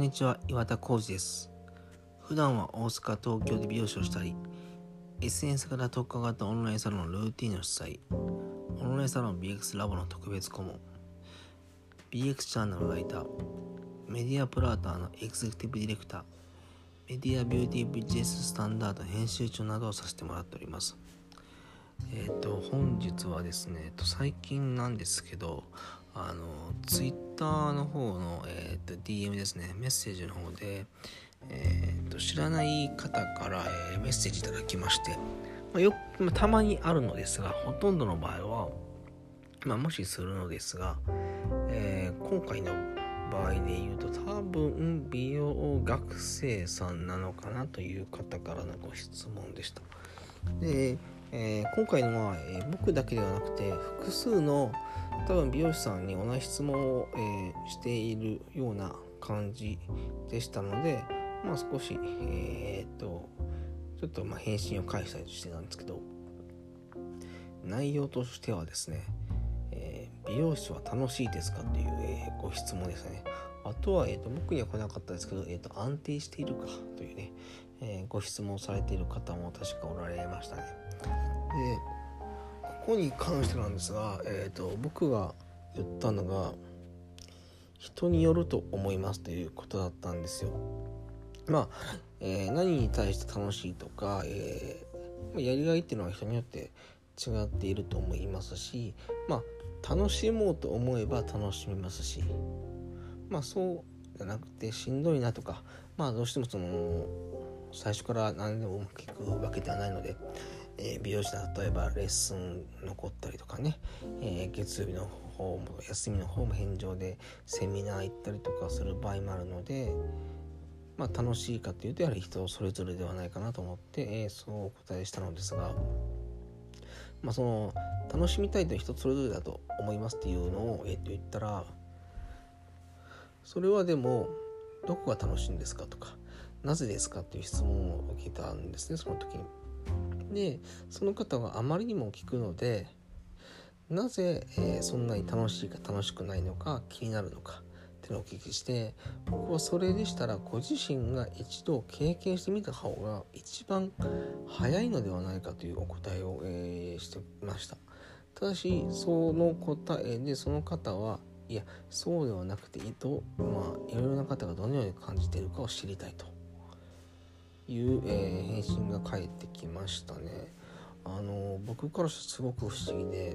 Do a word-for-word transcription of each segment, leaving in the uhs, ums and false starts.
にちは、岩田浩二です。普段は大阪、東京で美容師をしたり、エスエヌエス 型特化型オンラインサロンのルーティンの主催、オンラインサロン ビーエックス ラボの特別顧問、ビーエックス チャンネルのライター、メディアプラーターのエグゼクティブディレクター、メディアビューティービジネススタンダード編集長などをさせてもらっております。えっ、ー、と本日はですね、えー、と最近なんですけど、あのツイッターの方の、えー、と ディーエム ですね、メッセージの方で、えー、と知らない方から、えー、メッセージいただきまして、まあ、よく、まあ、たまにあるのですが、ほとんどの場合は、まあ、もしするのですが、えー、今回の場合で言うと多分美容学生さんなのかなという方からのご質問でした。で、えー、今回のは、えー、僕だけではなくて複数の多分美容師さんに同じ質問を、えー、しているような感じでしたので、まあ少しえー、っとちょっとまあ返信を返したりしてたんですけど、内容としてはですね、えー、美容師は楽しいですかっていう、えー、ご質問ですね。あとは、えー、と僕には来なかったですけど、えー、と安定しているかというね、えー、ご質問されている方も確かおられましたね。で、ここに関してなんですが、えー、と僕が言ったのが人によると思いますということだったんですよ。まあ、えー、何に対して楽しいとか、えー、やりがいっていうのは人によって違っていると思いますし、まあ楽しもうと思えば楽しみますし、まあそうじゃなくてしんどいなとか、まあどうしてもその最初から何でもうまくいくわけではないので、えー、美容師で例えばレッスン残ったりとかね、えー、月曜日の方も休みの方も返上でセミナー行ったりとかする場合もあるので、まあ楽しいかというとやはり人それぞれではないかなと思って、えー、そうお答えしたのですが、まあその楽しみたいという人それぞれだと思いますっていうのを、えー、と言ったら、それはでもどこが楽しいんですかとか、なぜですかっていう質問を受けたんですね、その時に。で、その方があまりにも聞くので、なぜ、えー、そんなに楽しいか楽しくないのか気になるのかっていうのをお聞きして、僕はそれでしたらご自身が一度経験してみた方が一番早いのではないかというお答えを、えー、してました。ただしその答えでその方はいやそうではなくて、どまあいろいろな方がどのように感じているかを知りたいという、えー、返信が返ってきましたね。あの僕からしてすごく不思議で、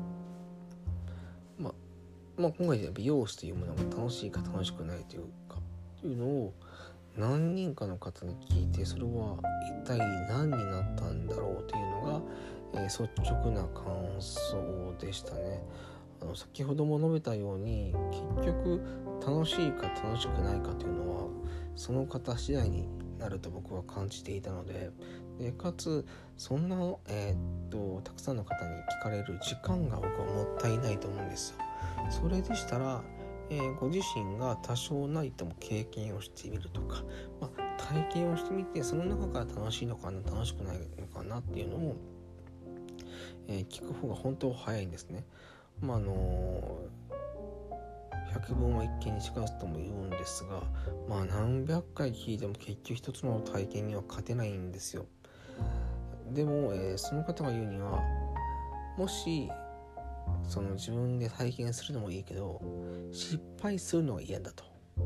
まあ、まあ今回では美容師というものが楽しいか楽しくないというかというのを何人かの方に聞いて、それは一体何になったんだろうというのが、えー、率直な感想でしたね。あの先ほども述べたように、結局楽しいか楽しくないかというのはその方次第になると僕は感じていたので、でかつそんな、えー、っとたくさんの方に聞かれる時間が僕はもったいないと思うんですよ。それでしたら、えー、ご自身が多少なりとも経験をしてみるとか、まあ、体験をしてみて、その中から楽しいのかな楽しくないのかなっていうのを、えー、聞く方が本当は早いんですね。まああの百聞は一見にしかずとも言うんですが、まあ何百回聞いても結局一つの体験には勝てないんですよ。でも、えー、その方が言うには、もしその自分で体験するのもいいけど失敗するのが嫌だと、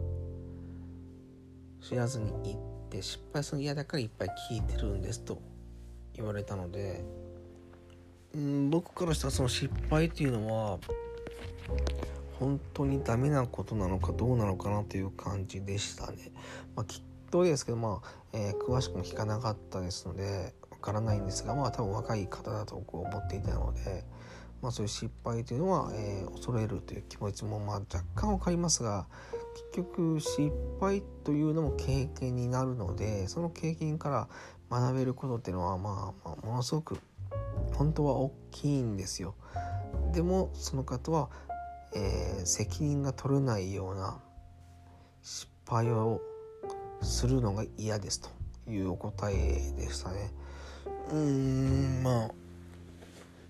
知らずに行って失敗するの嫌だからいっぱい聞いてるんですと言われたので、うん僕からしたらその失敗っていうのは本当にダメなことなのかどうなのかなという感じでしたね。まあ、きっとですけど、まあえー、詳しくも聞かなかったですのでわからないんですが、まあ多分若い方だと僕は思っていたので、まあそういう失敗というのは、えー、恐れるという気持ちもまあ若干わかりますが、結局失敗というのも経験になるので、その経験から学べることっていうのは、まあ、まあものすごく本当は大きいんですよ。でもその方は、えー、責任が取れないような失敗をするのが嫌ですというお答えでしたね。うーんまあ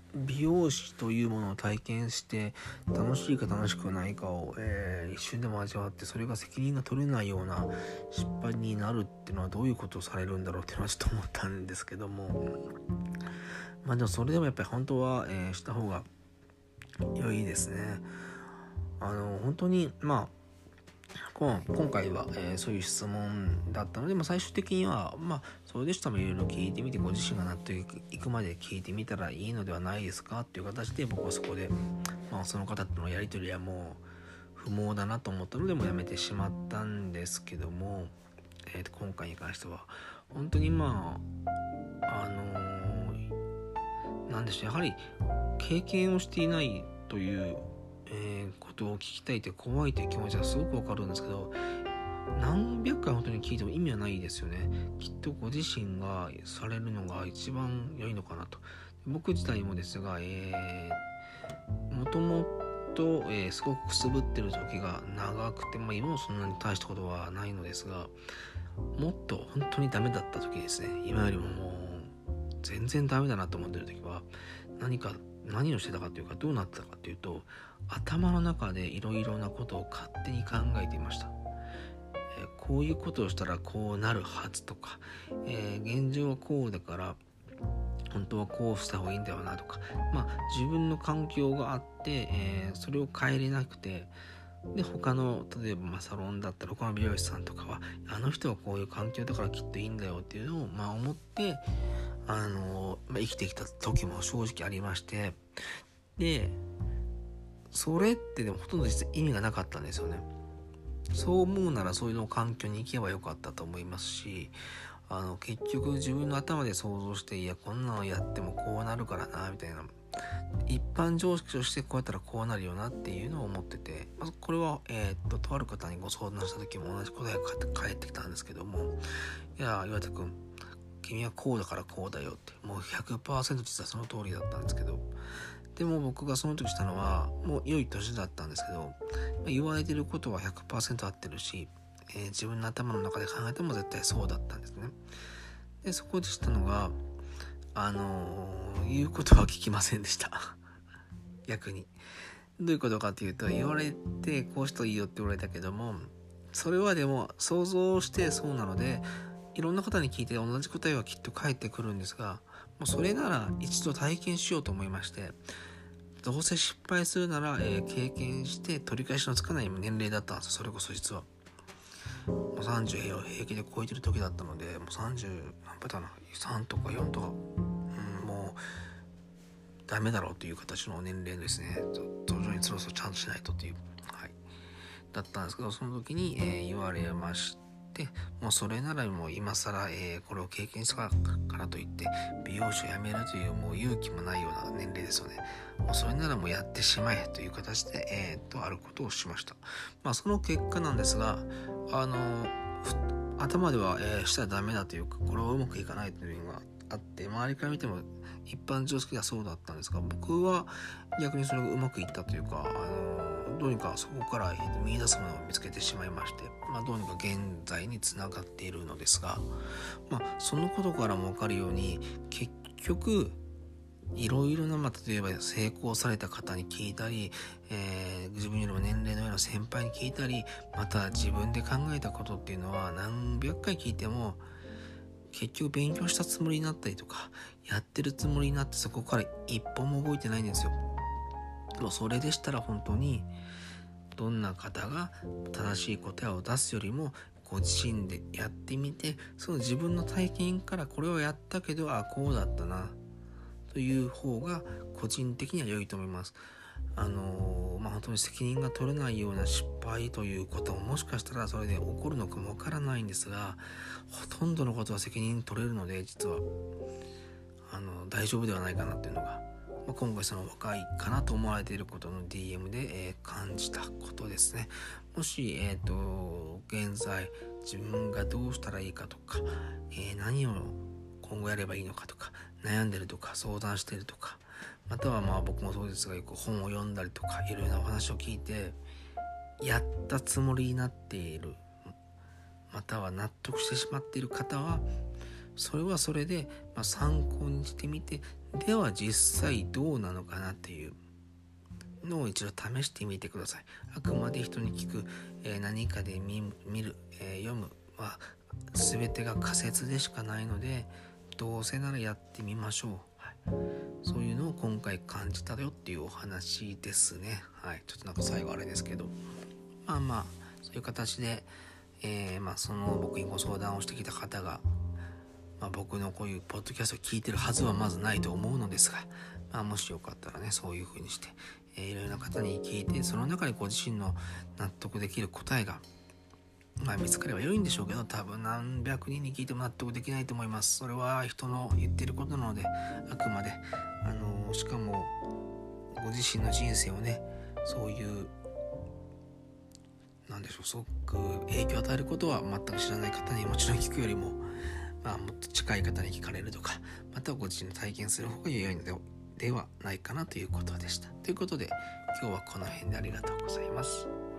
美容師というものを体験して楽しいか楽しくないかを、えー、一瞬でも味わって、それが責任が取れないような失敗になるっていうのはどういうことをされるんだろうっていうのはちょっと思ったんですけども、まあでもそれでもやっぱり本当は、えー、した方が良いですね。あの本当にまあ今回は、えー、そういう質問だったので、まあ、最終的にはまあそれでしたらいろいろ聞いてみて、ご自身が納得いくまで聞いてみたらいいのではないですかっていう形で、僕はそこで、まあ、その方とのやり取りはもう不毛だなと思ったのでもうやめてしまったんですけども、えー、と今回に関しては本当にまああのー、なんでしょう、やはり経験をしていないというえー、ことを聞きたいって怖いという気持ちはすごくわかるんですけど、何百回本当に聞いても意味はないですよね。きっとご自身がされるのが一番良いのかなと。僕自体もですが、えー、もともと、えー、すごくくすぶってる時が長くて、まあ、今もそんなに大したことはないのですが、もっと本当にダメだった時ですね、今よりももう全然ダメだなと思ってる時は、何か何をしてたかというか、どうなってたかというと、頭の中でいろいろなことを勝手に考えていました。えー、こういうことをしたらこうなるはずとか、えー、現状はこうだから本当はこうした方がいいんだよなとか、まあ自分の環境があって、えー、それを変えれなくて、で他の例えばまあサロンだったら他の美容師さんとかはあの人はこういう環境だからきっといいんだよっていうのをまあ思ってあの、まあ、生きてきた時も正直ありまして、でそれってでもほとんど実は意味がなかったんですよね。そう思うならそういうの環境に行けばよかったと思いますし、あの結局自分の頭で想像して、いやこんなのやってもこうなるからなみたいな、一般常識としてこうやったらこうなるよなっていうのを思ってて、これはえー、っととある方にご相談した時も同じ答えが返ってきたんですけども、いや岩田君君はこうだからこうだよって、もう ひゃくパーセント 実はその通りだったんですけど、でも僕がその時したのはもう良い年だったんですけど、言われてることは ひゃくパーセント 合ってるし、えー、自分の頭の中で考えても絶対そうだったんですね。でそこでしたのが、あのー、言うことは聞きませんでした逆に。どういうことかというと、言われてこうしたらいいよって言われたけども、それはでも想像してそうなので、いろんな方に聞いて同じ答えはきっと返ってくるんですが、もうそれなら一度体験しようと思いまして、どうせ失敗するなら、えー、経験して取り返しのつかない年齢だったんですよ。それこそ実はもうさんじゅうを平気で超えてる時だったので、もうさんじゅう何パターンなさんとかよんとか、うん、もうダメだろうという形の年齢ですね。徐々にそろそろちゃんとしないとっていう、はい、だったんですけど、その時に、えー、言われまして、もうそれならもう今更、えー、これを経験したからといって美容師を辞めるというもう勇気もないような年齢ですよね。もうそれならもうやってしまえという形で、えー、とあることをしました。まあその結果なんですが、あの頭では、えー、したらダメだというか、これはうまくいかないというのがあって、周りから見ても一般常識がそうだったんですが、僕は逆にそれがうまくいったというか、あのどうにかそこから見出すものを見つけてしまいまして、まあ、どうにか現在につながっているのですが、まあ、そのことからも分かるように、結局いろいろな、まあ、例えば成功された方に聞いたり、えー、自分よりも年齢の上の先輩に聞いたり、また自分で考えたことっていうのは何百回聞いても結局勉強したつもりになったりとか、やってるつもりになってそこから一歩も動いてないんですよ。もうそれでしたら本当にどんな方が正しい答えを出すよりも、ご自身でやってみて、その自分の体験からこれをやったけど、あこうだったなという方が個人的には良いと思います。あのー、まあ本当に責任が取れないような失敗ということももしかしたらそれで起こるのかもわからないんですが、ほとんどのことは責任取れるので、実はあの大丈夫ではないかなっていうのが、まあ、今回その若いかなと思われていることの ディーエム で、えー、感じたことですね。もし、えーと、現在自分がどうしたらいいかとか、えー、何を今後やればいいのかとか悩んでるとか相談してるとか、またはまあ僕もそうですがよく本を読んだりとかいろいろなお話を聞いてやったつもりになっている、または納得してしまっている方は、 それはそれで、まあ、参考にしてみて、では実際どうなのかなっていうのを一度試してみてください。あくまで人に聞く、えー、何かで 見, 見る、えー、読むは全てが仮説でしかないので、どうせならやってみましょう。はい、そういうのを今回感じたよっていうお話ですね。はい、ちょっとなんか最後あれですけど、まあまあそういう形で、えー、まあその僕にご相談をしてきた方が、まあ、僕のこういうポッドキャストを聞いてるはずはまずないと思うのですが、まあ、もしよかったらね、そういう風にして、えー、いろいろな方に聞いて、その中でご自身の納得できる答えが、まあ、見つかれば良いんでしょうけど、多分何百人に聞いても納得できないと思います。それは人の言ってることなので、あくまで、あのー、しかもご自身の人生をね、そういうなんでしょう、すごく影響を与えることは全く知らない方にもちろん聞くよりも、まあ、もっと近い方に聞かれるとか、またはご自身で体験する方が良いのでではないかなということでした。ということで今日はこの辺でありがとうございます。